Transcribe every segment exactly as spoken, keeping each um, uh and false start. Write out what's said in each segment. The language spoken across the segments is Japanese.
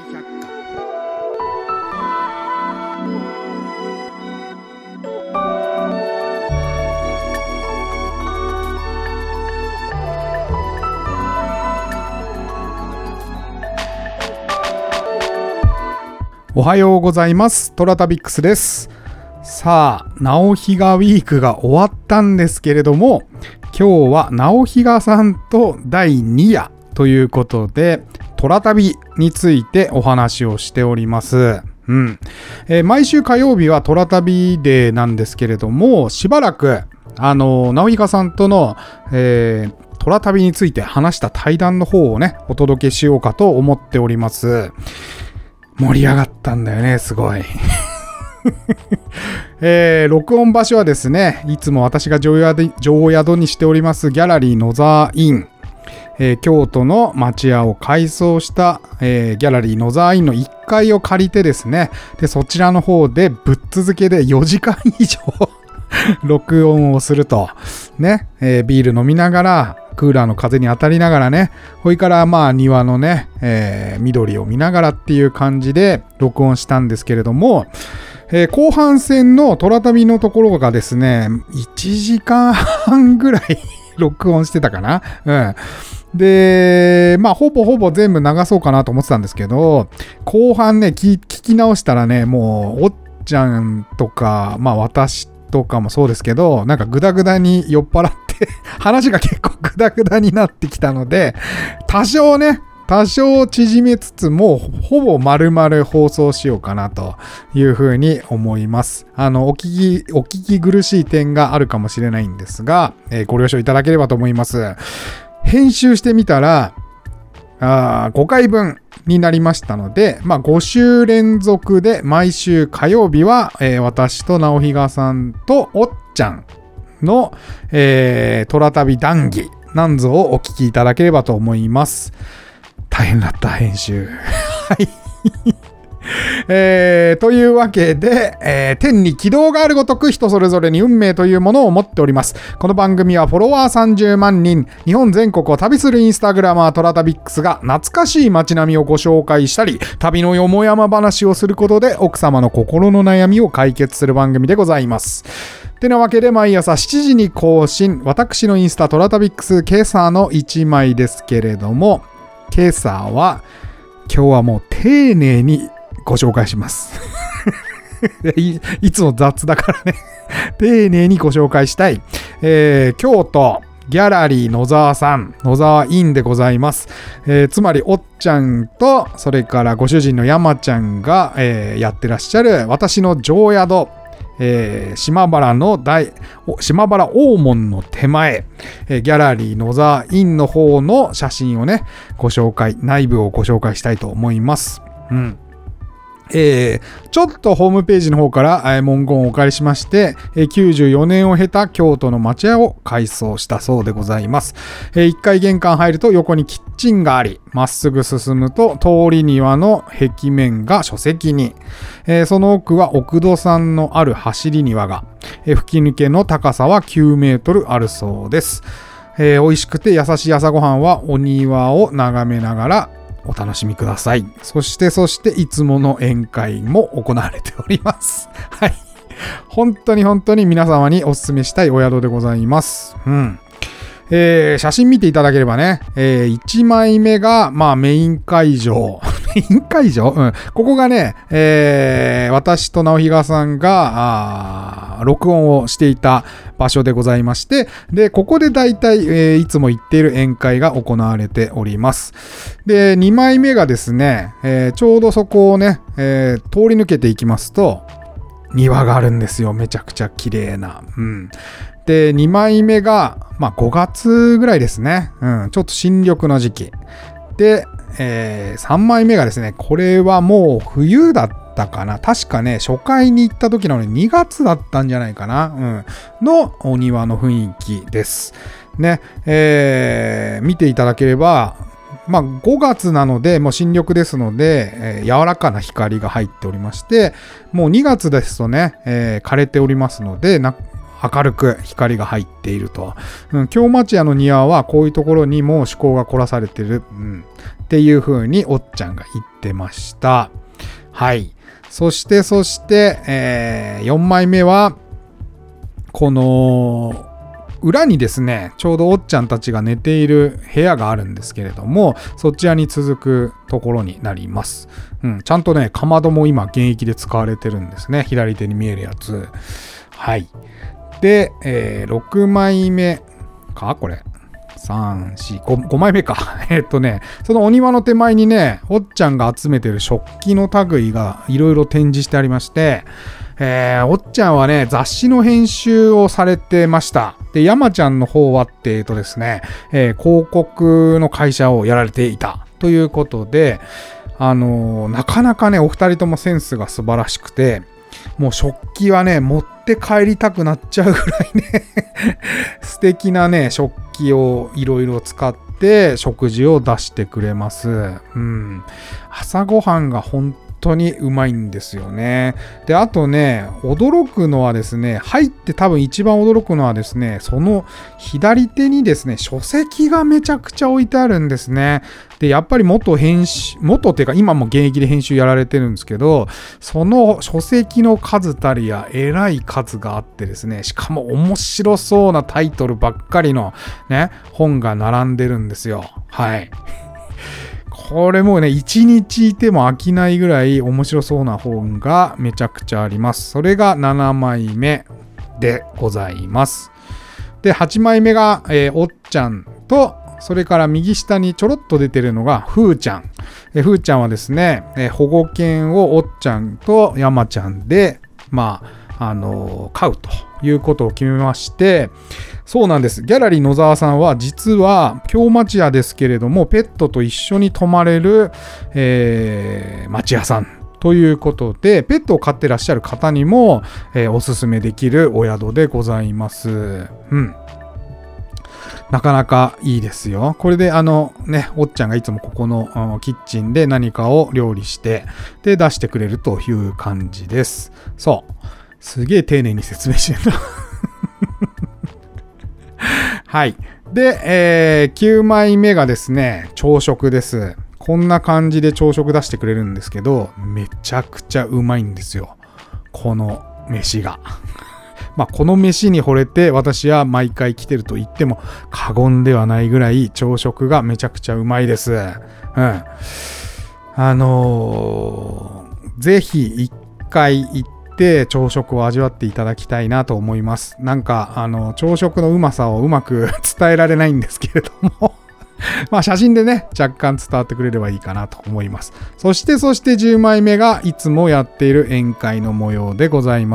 百科。おはようございます。トラタビックスです。さあ、直比嘉ウィークが終わったんですけれども、今日は直比嘉さんとだいに夜ということで、トラ旅についてお話をしております。うん。えー、毎週火曜日はトラ旅デーなんですけれども、しばらく、あの、直比嘉さんとの、えー、トラ旅について話した対談の方をね、お届けしようかと思っております。盛り上がったんだよね、すごい。えー、録音場所はですね、いつも私が常宿、常宿にしておりますギャラリー野沢イン、えー、京都の町屋を改装した、えー、ギャラリー野沢インのいっかいを借りてですね、でそちらの方でぶっ続けでよじかん以上録音をするとね、えー、ビール飲みながらクーラーの風に当たりながらね、ほいからまあ庭のね、えー、緑を見ながらっていう感じで録音したんですけれども、えー、後半戦のトラ旅のところがですね、いちじかんはんぐらい録音してたかな。うん。で、まあほぼほぼ全部流そうかなと思ってたんですけど、後半ね、聞, 聞き直したらね、もうおっちゃんとか、まあ私とかもそうですけど、なんかグダグダに酔っ払って話が結構グダグダになってきたので、多少ね、多少縮めつつもほぼ丸々放送しようかなというふうに思います。あのお聞きお聞き苦しい点があるかもしれないんですが、えー、ご了承いただければと思います。編集してみたらあごかいぶんになりましたので、まあご週連続で毎週火曜日は、えー、私と直比嘉さんとおっちゃんの、えー、トラ旅談義なんぞをお聞きいただければと思います。大変だった編集。はい。えー、というわけで、えー、天に軌道があるごとく人それぞれに運命というものを持っております。この番組はフォロワーさんじゅうまんにん、日本全国を旅するインスタグラマートラタビックスが懐かしい街並みをご紹介したり、旅のよもやま話をすることで奥様の心の悩みを解決する番組でございます。てなわけで毎朝しちじに更新、私のインスタトラタビックス今朝のいちまいですけれども、今朝は今日はもう丁寧にご紹介しますい, いつも雑だからね丁寧にご紹介したい、えー、京都ギャラリー野沢さん、野沢インでございます、えー、つまりおっちゃんとそれからご主人の山ちゃんが、えー、やってらっしゃる私の常宿、えー、島原の大島原大門の手前、えー、ギャラリー野沢インの方の写真をねご紹介、内部をご紹介したいと思います。うん。えー、ちょっとホームページの方から、えー、文言をお借りしまして、えー、きゅうじゅうよねんを経た京都の町屋を改装したそうでございます。えー、いっかい玄関入ると横にキッチンがあり、まっすぐ進むと通り庭の壁面が書籍に、えー、その奥は奥戸さんのある走り庭が、えー、吹き抜けの高さはきゅうメートルあるそうです。えー、美味しくて優しい朝ごはんはお庭を眺めながらお楽しみください。そしてそしていつもの宴会も行われております。はい。本当に本当に皆様にお勧めしたいお宿でございます。うん。えー、写真見ていただければね、えー、いちまいめが、まあメイン会場。メイン会場、うん。ここがね、えー、私と直比嘉さんが、あ録音をしていた場所でございまして、で、ここでだいたい、えー、いつも行っている宴会が行われております。で、にまいめがですね、えー、ちょうどそこをね、えー、通り抜けていきますと、庭があるんですよ。めちゃくちゃ綺麗な。うん。で、にまいめが、まあごがつぐらいですね。うん。ちょっと新緑の時期。で、えー、さんまいめがですね、これはもう冬だったかな。確かね、初回に行った時のにがつだったんじゃないかな。うん。のお庭の雰囲気です。ね。えー、見ていただければ、まあごがつなのでもう新緑ですので、えー、柔らかな光が入っておりまして、もうにがつですとね、えー、枯れておりますのでな明るく光が入っていると。うん、京町屋の庭はこういうところにも趣向が凝らされてる、うん、っていう風におっちゃんが言ってました。はい。そしてそして、えー、よんまいめはこの裏にですね、ちょうどおっちゃんたちが寝ている部屋があるんですけれども、そちらに続くところになります。うん、ちゃんとね、かまども今現役で使われてるんですね。左手に見えるやつ。はい。で、えー、ろくまいめかこれ。さん、よん、ご、ごまいめか。えっとね、そのお庭の手前にね、おっちゃんが集めてる食器の類がいろいろ展示してありまして、えー、おっちゃんはね、雑誌の編集をされてました。で、山ちゃんの方はっていうとですね、えー、広告の会社をやられていたということで、あのー、なかなかね、お二人ともセンスが素晴らしくて、もう食器はね、持って帰りたくなっちゃうぐらいね、素敵なね、食器をいろいろ使って食事を出してくれます。うん。朝ごはんが本当にうまいんですよね。で、あとね、驚くのはですね、入って多分一番驚くのはですね、その左手にですね、書籍がめちゃくちゃ置いてあるんですね。で、やっぱり元編集、元っていうか今も現役で編集やられてるんですけど、その書籍の数たりやえらい数があってですね、しかも面白そうなタイトルばっかりのね、本が並んでるんですよ。はい。これもうね、一日いても飽きないぐらい面白そうな本がめちゃくちゃあります。それがななまいめでございます。で、はちまいめが、えー、おっちゃんと、それから右下にちょろっと出てるのがふーちゃん。えー、ふーちゃんはですね、えー、保護犬をおっちゃんと山ちゃんで、まあ、あのー、飼うということを決めまして、そうなんです。ギャラリー野沢さんは実は京町屋ですけれども、ペットと一緒に泊まれる、えー、町屋さんということで、ペットを飼ってらっしゃる方にも、えー、おすすめできるお宿でございます。うん。なかなかいいですよ。これであのね、おっちゃんがいつもここのキッチンで何かを料理して、で出してくれるという感じです。そう。すげえ丁寧に説明してるな。はい。で、えー、きゅうまいめがですね、朝食です。こんな感じで朝食出してくれるんですけど、めちゃくちゃうまいんですよ。この飯が。まあ、この飯に惚れて私は毎回来てると言っても過言ではないぐらい朝食がめちゃくちゃうまいです。うん。あのー、ぜひ一回行って朝食を味わっていただきたいなと思います。なんか、あの、朝食のうまさをうまく伝えられないんですけれどもまあ写真でね、若干伝わってくれればいいかなと思います。そしてそしてじゅうまいめがいつもやっている宴会の模様でございます。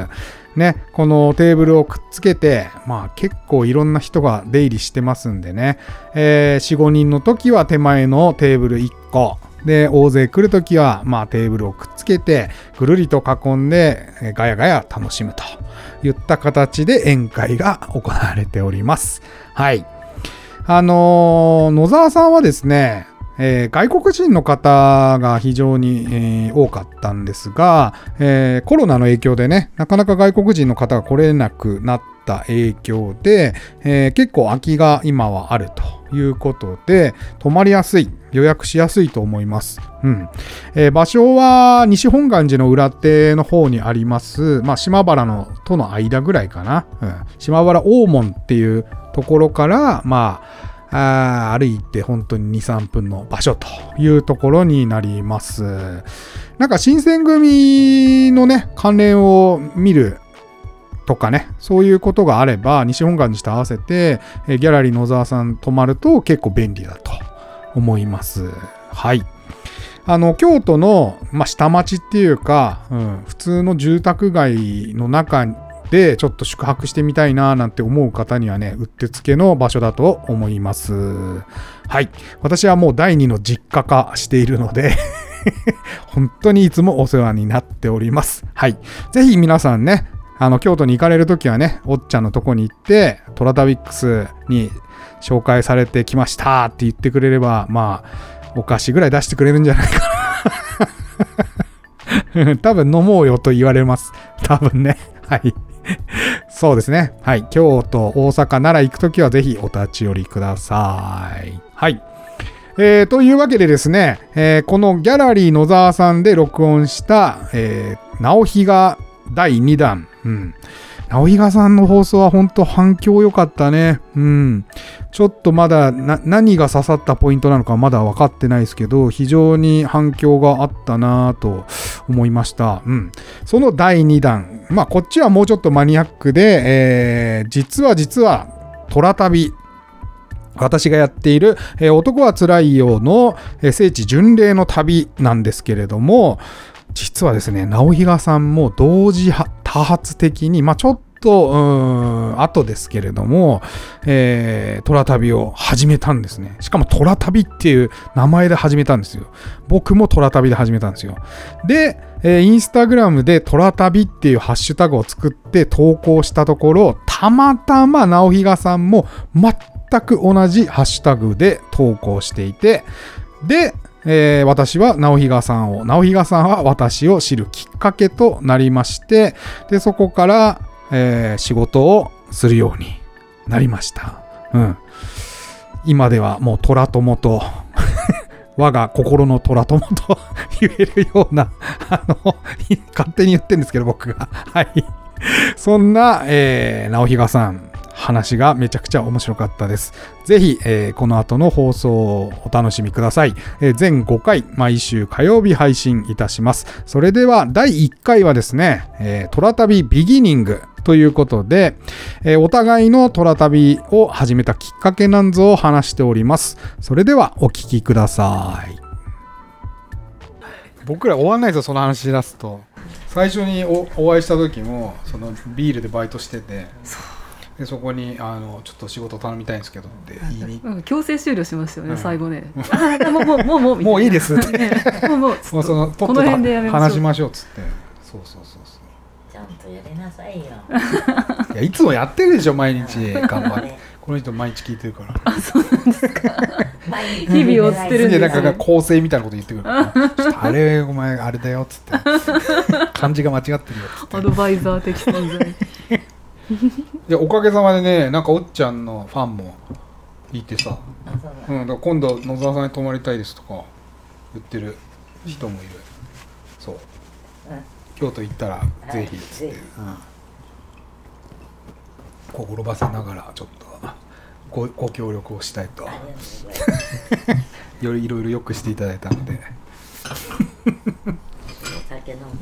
ね、このテーブルをくっつけて、まあ結構いろんな人が出入りしてますんでね、えー、よん、ごにんの時は手前のテーブルいっこ、で、大勢来る時は、まあテーブルをくっつけて、ぐるりと囲んで、ガヤガヤ楽しむといった形で宴会が行われております。はい。あのー、野沢さんはですね、えー、外国人の方が非常に、えー、多かったんですが、えー、コロナの影響でね、なかなか外国人の方が来れなくなった影響で、えー、結構空きが今はあるということで、泊まりやすい、予約しやすいと思います。うん。えー、場所は西本願寺の裏手の方にあります、まあ、島原のとの間ぐらいかな。うん、島原大門っていうところから、まあ、あ歩いて本当にに、さんぷんの場所というところになります。なんか新選組のね、関連を見るとかね、そういうことがあれば、西本願寺と合わせて、ギャラリー野沢さん泊まると結構便利だと思います。はい。あの、京都の、まあ、下町っていうか、うん、普通の住宅街の中に、でちょっと宿泊してみたいななんて思う方にはね、うってつけの場所だと思います。はい。私はもう第二の実家化しているので本当にいつもお世話になっております。はい。ぜひ皆さんね、あの京都に行かれるときはね、おっちゃんのとこに行ってトラタビックスに紹介されてきましたって言ってくれれば、まあお菓子ぐらい出してくれるんじゃないかな多分飲もうよと言われます。多分ね。はい。 そうですね。はい。京都、大阪、奈良行くときはぜひお立ち寄りください。はい。えー、というわけでですね、えー、このギャラリー野沢さんで録音した、えー、直比嘉だいにだん。うん。直比嘉さんの放送は本当反響良かったね。うん。ちょっとまだな何が刺さったポイントなのかまだ分かってないですけど、非常に反響があったなぁと思いました。うん。そのだいにだん。まあこっちはもうちょっとマニアックで、えー、実は実は虎旅。私がやっている、えー、男はつらいよの、えー、聖地巡礼の旅なんですけれども、実はですね、直比嘉さんも同時多発的に、まあちょっと、うーん、後ですけれども、えー、虎旅を始めたんですね。しかも虎旅っていう名前で始めたんですよ。僕も虎旅で始めたんですよ。で、えー、インスタグラムで虎旅っていうハッシュタグを作って投稿したところ、たまたま直比嘉さんも全く同じハッシュタグで投稿していて、で、えー、私は直比嘉さんを、直比嘉さんは私を知るきっかけとなりまして、で、そこから、えー、仕事をするようになりました。うん。今ではもう虎友と、我が心の虎友と言えるような、あの、勝手に言ってるんですけど、僕が。はい。そんな、えー、直比嘉さん。話がめちゃくちゃ面白かったです。ぜひ、えー、この後の放送をお楽しみください。えー、全ごかい毎週火曜日配信いたします。それではだいいっかいはですね、えー、虎旅ビギニングということで、えー、お互いの虎旅を始めたきっかけなんぞを話しております。それではお聞きください。僕ら終わんないですよ、その話し出すと。最初に お, お会いした時もそのビールでバイトしてて、でそこにあのちょっと仕事頼みたいんですけどって言いになんか強制終了しましたよね、うん、最後ねあもうもうもうもうもういいですって、ね、もうもうもうそのとっとと話しましょうっつって、そうそうそうそう、 ちゃんとやりなさいよいやいつもやってるでしょ毎日頑張ってこの人毎日聞いてるからあそうなんですか日々をつってるんですよ、ね、 なんか構成みたいなこと言ってくるからちょっとあれお前あれだよっつって漢字が間違ってるよっつってアドバイザー的存在いやおかげさまでね、なんかおっちゃんのファンもいてさ、うん、だから今度野沢さんに泊まりたいですとか言ってる人もいる、そう、うん、京都行ったらぜひっつって、うん、こう転ばせながらちょっと ご, ご協力をしたいとよりいろいろよくしていただいたのでお酒飲む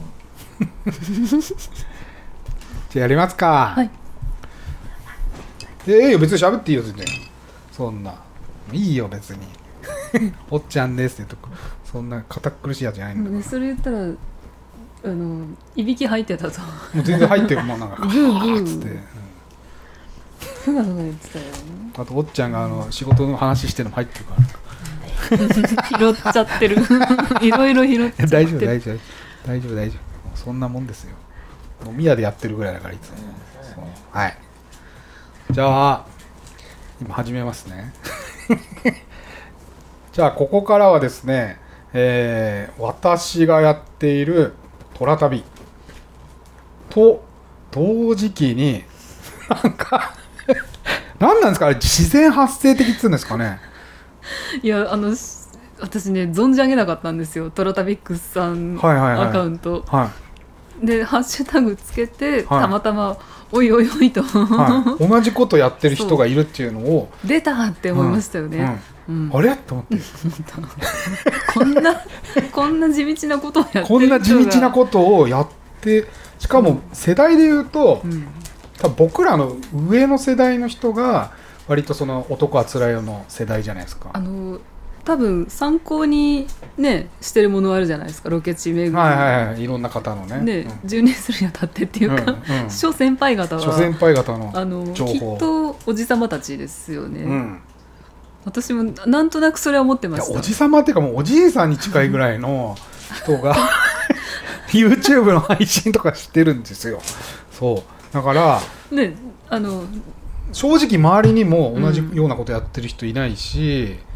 じゃあやりますか。 はい。 ええよ、別に喋っていいよ全然。そんないいよ別に。おっちゃんですってとこ、そんな堅苦しいやつじゃないんだから、 ね、それ言ったらあのいびき入ってたと。 もう全然入ってるもんなんか。 グーグーつって。 ふがふが言ってたよね。 あとおっちゃんがあの仕事の話してるのも入ってるから。 拾っちゃってる。いろいろ拾っちゃってる。 大丈夫大丈夫大丈夫大丈夫。そんなもんですよ。もう宮でやってるぐらいだからいつも。はい。じゃあ今始めますね。じゃあここからはですね、えー、私がやっている虎旅と同時期になんか何なんですかあれ、自然発生的って言うんですかね。 いやあの私ね存じ上げなかったんですよ、トラタビックスさんアカウント、 はいはいはい、 でハッシュタグつけて、はい、たまたまおいおいおいと、 はい、同じことやってる人がいるっていうのを出たって思いましたよね、うんうんうん、あれと思ってこんなこんな地道なことをやってる人がこんな地道なことをやって、しかも世代で言うと、うん、多分僕らの上の世代の人が割とその男はつらいよの世代じゃないですか。 あの多分参考にねしてるものあるじゃないですか、ロケ地巡り、 はいはいはい、いろんな方のね、 ね、うん、じゅうねんするにあたってっていうか、うんうん、諸先輩方は諸先輩方のあの情報、 きっとおじさまたちですよね、 うん、 私もなんとなくそれは思ってました。 おじさまっていうかもうおじいさんに近いぐらいの人がYouTube の配信とかしてるんですよ。そうだからね、あの正直周りにも同じようなことやってる人いないし、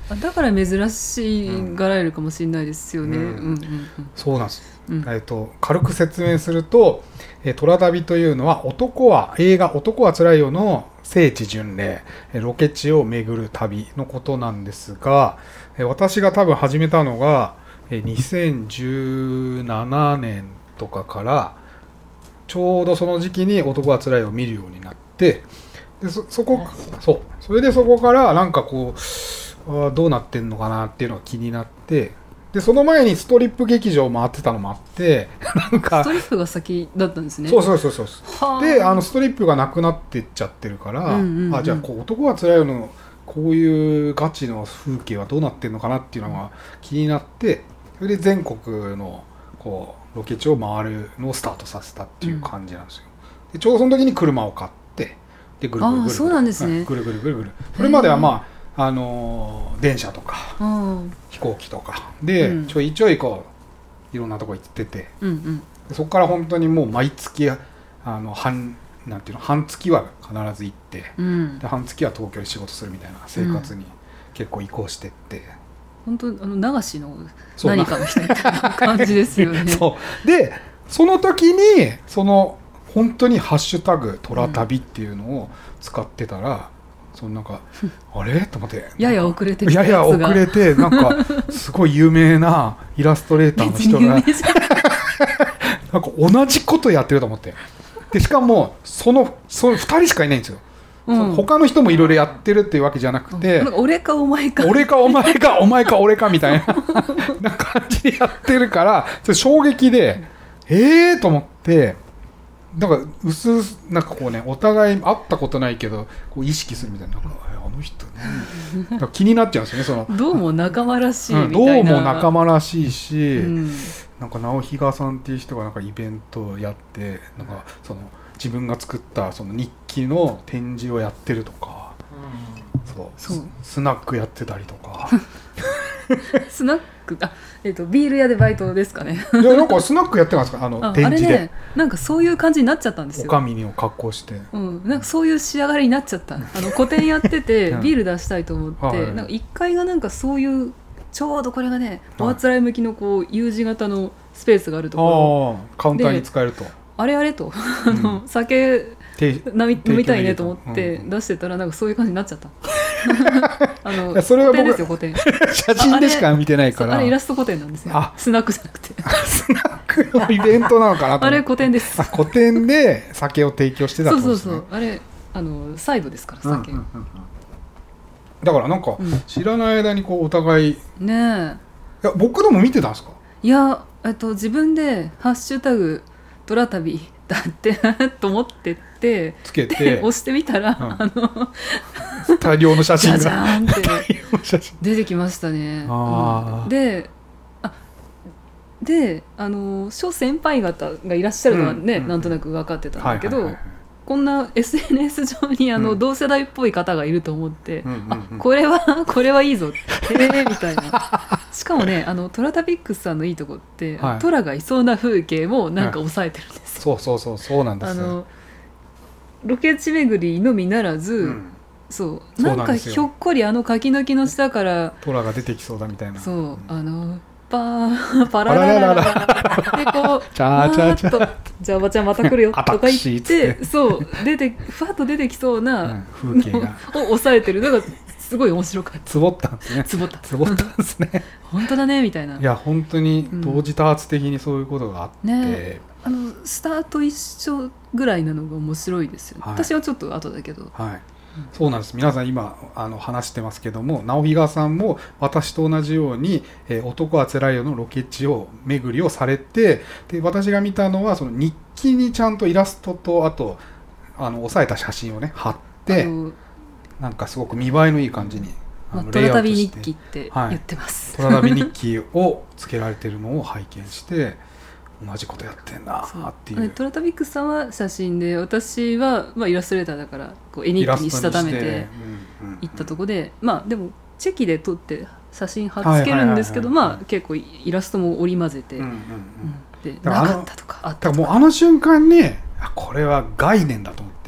あだから珍しがられるかもしれないですよね、うんうんうんうん、 そうなんです、 うんえー、と軽く説明すると、えー、虎旅というのは男は映画男はつらいよの聖地巡礼ロケ地を巡る旅のことなんですが、えー、私が多分始めたのが、えー、にせんじゅうななねんとかからちょうどその時期に男はつらいを見るようになってで そ, そこそうそれでそこからなんかこうあどうなってんのかなっていうのが気になってでその前にストリップ劇場回ってたのもあってなんかストリップが先だったんですね。 そうそうそうそうであのストリップがなくなってっちゃってるから、うんうんうん、あじゃあこう男はつらいよのこういうガチの風景はどうなってんのかなっていうのが気になってそれで全国のこうロケ地を回るのをスタートさせたっていう感じなんですよ、うん、でちょうどその時に車を買ってでぐるぐるぐるぐるあそうなんですね、 ぐるぐるぐるぐるそれまではまあ、あのー、電車とか飛行機とかで、うん、ちょいちょいこういろんなとこ行ってて、うんうん、でそこから本当にもう毎月あの半なんていうの半月は必ず行って、うん、で半月は東京で仕事するみたいな生活に結構移行してって、 うん、本当あの流しの何かの人みたいな感じですよね。 そうでその時にその本当にハッシュタグトラ旅っていうのを使ってたら、うん、そのなんかあれと思ってやや遅れてやや遅れてなんかすごい有名なイラストレーターの人がなんか同じことやってると思ってでしかもそのそのふたりしかいないんですよ、うん、他の人もいろいろやってるっていうわけじゃなくて、 うん、俺かお前か俺かお前かお前か俺かみたいなな感じでやってるからちょっと衝撃でえーと思ってなんか薄々なんかこうねお互い会ったことないけどこう意識するみたいな、なんかあの人ねなんか気になっちゃうんですよねそのどうも仲間らしいみたいな、 うん、どうも仲間らしいし、うん、 なんか直比嘉さんっていう人がなんかイベントをやってなんかその自分が作ったその日記の展示をやってるとか、うん、そうそうスナックやってたりとかスナックあ、えーと、ビール屋でバイトですかねいやなんかスナックやってますかあのあ展示であれ、ね、 なんかそういう感じになっちゃったんですよ。 おかみにを格好して、 うん、なんかそういう仕上がりになっちゃったあの個展やっててビール出したいと思って、はい、なんかいっかいがなんかそういうちょうどこれがねおあつらい向きのこう U 字型のスペースがあるところあカウンターに使えるとあれあれと、うん、酒飲み、飲みたいねと思って出してたらなんかそういう感じになっちゃったあのそれは僕古典ですよ古典写真でしか見てないからあ, あれイラスト古典なんですよあスナックじゃなくてスナックのイベントなのかなとあれ古典ですあ古典で酒を提供してたってことですね。 そうそうそうあれあのサイドですから酒、うんうんうんうん、 だからなんか、うん、知らない間にこうお互いねえいや僕でも見てたんですか。 いやえっと自分でハッシュタグトラ旅だってと思ってってつけて押してみたら、うん、あの大量の写真がじゃじゃーんって出てきましたね。あであであの諸先輩方がいらっしゃるのはね、うんうん、なんとなく分かってたんだけど、はいはいはいはい、こんな エスエヌエス 上にあの、うん、同世代っぽい方がいると思って、うんうんうん、あこれはこれはいいぞへーみたいなしかもねあのトラタピックスさんのいいとこって、はい、トラがいそうな風景もなんか抑えてるんですよ、 はい、そうそうそうそうなんですよ。 あのロケ地巡りのみならず、うん、そうなんかひょっこりあの柿の木の下からトラが出てきそうだみたいな。 そう、うん、あのパーパラララララでこうチャーチャーチャーじゃあおばちゃんまた来るよとか言ってそう出てふわっと出てきそうな、 うん、風景がを抑えてるのがすごい面白かった。 つぼったんですね。 つぼったつぼったんですね本当だねみたいな。 いや本当に同時多発的にそういうことがあって、うんね、 あのスタート一緒ぐらいなのが面白いですよね、はい、私はちょっと後だけど、 はい、そうなんです。皆さん今あの話してますけども直比嘉さんも私と同じように、えー、男はつらいよのロケ地を巡りをされてで私が見たのはその日記にちゃんとイラストとあとあの押さえた写真をね貼ってなんかすごく見栄えのいい感じにあのトラ旅日記って言ってます、 はい、トラ旅日記をつけられてるのを拝見して同じことやってんなっていう。 トラタビックスさんは写真で私は、まあ、イラストレーターだからこう絵日記にしたためていったとこで、まあでもチェキで撮って写真貼っつけるんですけど、まあ結構イラストも織り交ぜて、うんうんうん、でなかったとかあったとか。 だからもうあの瞬間にこれは概念だと思って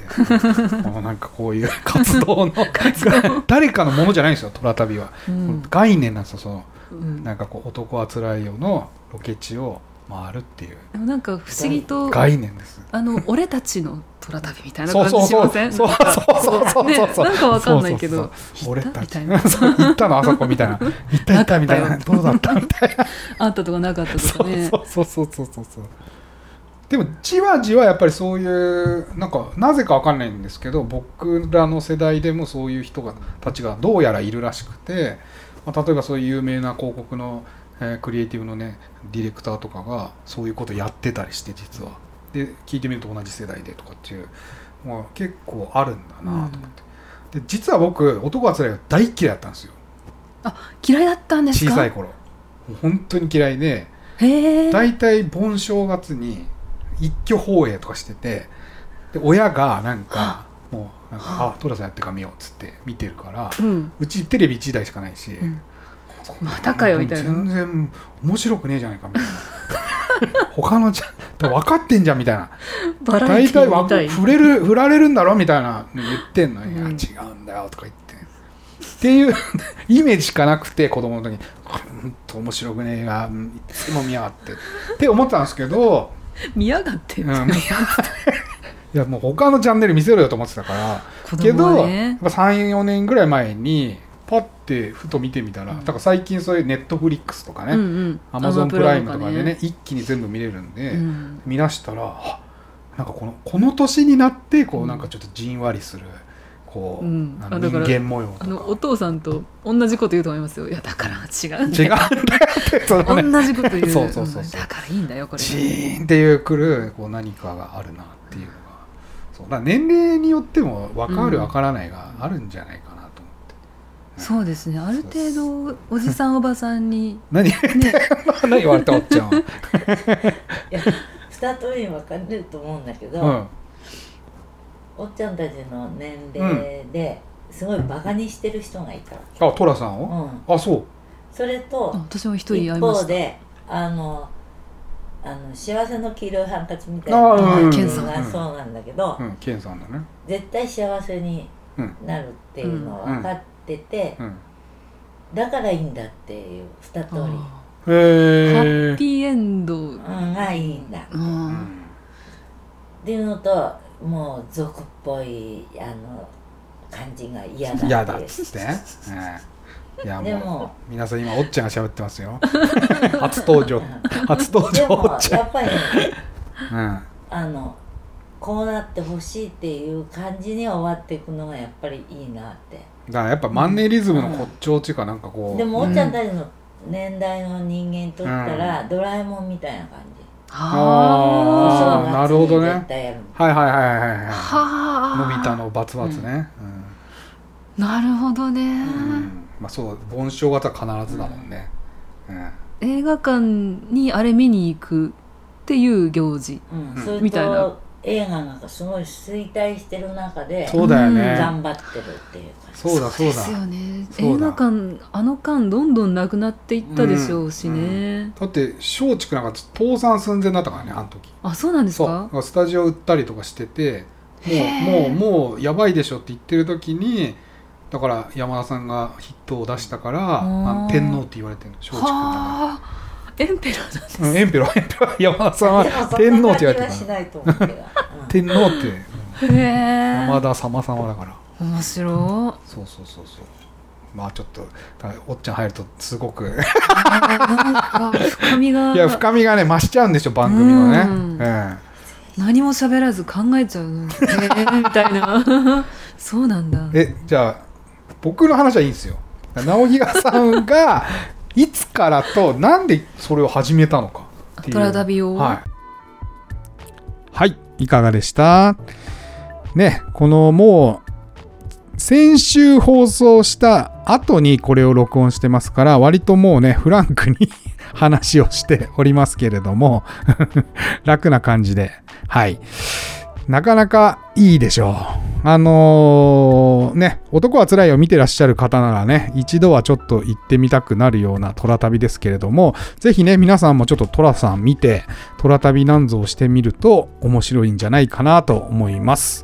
このなんかこういう活動の誰かのものじゃないんですよトラ旅は、うん、概念なんですよその、うん、なんかこう男はつらいよのロケ地を回るっていうでもなんか不思議と概念です。 あの俺たちのトラ旅みたいな感じしません？ そうそうそうそうね、なんかわかんないけど俺たち行ったのあそこみたいな行った行ったみたいなどうだったみたいなあったとかなかったとかね。 そうそうそうそうそうそう。でもじわじわやっぱりそういうなんかなぜかわかんないんですけど僕らの世代でもそういう人がたちがどうやらいるらしくて、まあ、例えばそういう有名な広告のえー、クリエイティブのねディレクターとかがそういうことやってたりして実はで聞いてみると同じ世代でとかっていう、まあ、結構あるんだなと思って、うん、で実は僕男はつらいが大嫌いだったんですよ。 あ嫌いだったんですか？ 小さい頃本当に嫌いでへだいたい盆正月に一挙放映とかしててで親がなんかもうなんかあトラさんやってか見ようっつって見てるから、うん、うちテレビいちだいしかないし、うんまたかよみたいな全然面白くねえじゃないかみたいな他のじゃ分かってんじゃんみたいなバラエティーみたい触れる振られるんだろみたいな言ってんのに、うん、いや違うんだよとか言ってっていうイメージしかなくて子供の時にほんと面白くねえがいつも見やがってって思ったんですけど見やがってって、うん、 いやもう他のチャンネル見せろよと思ってたから、ね、けどやっぱ さんよねんぐらい前にパッてふと見てみたら、うん、だから最近そういうネットフリックスとかね、うんうん、アマゾンプライムとかでね一気に全部見れるんで、うん、見出したらなんかこのこの年になってこうなんかちょっとじんわりするこう、うん、あの人間模様とか、 あのお父さんと同じこと言うと思いますよ。いやだから違うんだよ違うんだよってその、ね、 同じこと言うそうそうそうそうだからいいんだよこれジーンっていうくるこう何かがあるなっていうのがそうだから年齢によっても分かる分からないがあるんじゃないかな、うんそうですねある程度おじさんおばさんに何、ね、何言われたおっちゃんいや二通りに分かれると思うんだけど、うん、おっちゃんたちの年齢ですごいバカにしてる人がいたわけ、 うん、あトラさんを、うん、あそうそれと私も一人一方であのあの幸せの黄色いハンカチみたいなのがそうなんだけど、 うんうん、ケンさんだね絶対幸せになるっていうのを分かっててて、うん、だからいいんだっていう二通りへーハッピーエンド、 うん、がいいんだ、うん、っていうのともう俗っぽいあの感じが嫌だって嫌だっつって、うん、いやもうでも皆さん今おっちゃんが喋ってますよ初登場初登場おっちゃんでもやっぱり、うん、あのこうなってほしいっていう感じに終わっていくのがやっぱりいいなってだからやっぱマンネリズムの骨頂っていうかなんかこう、 うん、でもおっちゃんたちの年代の人間にとったら、うん、ドラえもんみたいな感じああなるほどね絶対やるはいはいはいはいはいはのび太のバツバツね、 うんうん、なるほどね、 うんまあ、そう盆正月は必ずだもんね、うんうん、 映画館にあれ見に行くっていう行事、 うん、みたいな映画がすごい衰退してる中でそうだよね頑張ってるっていうかそうだそうだですよね映画館あの間どんどんなくなっていったでしょうしね、うんうん、 だって松竹なんか倒産寸前だったからねあの時あそうなんですかそうスタジオ売ったりとかしててもうもうもうやばいでしょって言ってる時にだから山田さんがヒットを出したからあの天皇って言われてるの松竹の中でエンペラーなんです、 うん、エンペラーエンペラー山田さんは天皇って言われてるから天皇って、うん、山田様様だから面白いそうそうそうそうまあちょっとおっちゃん入るとすごくなんか深みがいや深みがね増しちゃうんでしょ番組のね、うんええ、 何も喋らず考えちゃうの、えー、みたいなそうなんだえじゃあ僕の話はいいんですよ直木さんがいつからとなんでそれを始めたのかっていうトラ旅をはい、はい、いかがでしたねこのもう先週放送した後にこれを録音してますから割ともうねフランクに話をしておりますけれども楽な感じではいなかなかいいでしょう。あのー、ね、男はつらいを見てらっしゃる方ならね、一度はちょっと行ってみたくなるようなトラ旅ですけれども、ぜひね、皆さんもちょっとトラさん見て、トラ旅なんぞをしてみると面白いんじゃないかなと思います。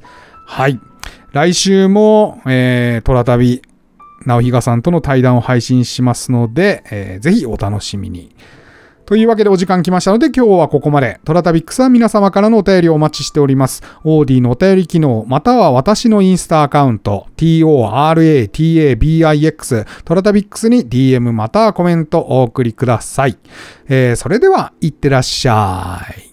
はい。来週も、えー、トラ旅、直比嘉さんとの対談を配信しますので、えー、ぜひお楽しみに。というわけでお時間来ましたので今日はここまで。トラタビックスは皆様からのお便りをお待ちしております。オーディのお便り機能、または私のインスタアカウント、トラタ トラタビックスに ディーエム またはコメントお送りください。えー、それでは、いってらっしゃい。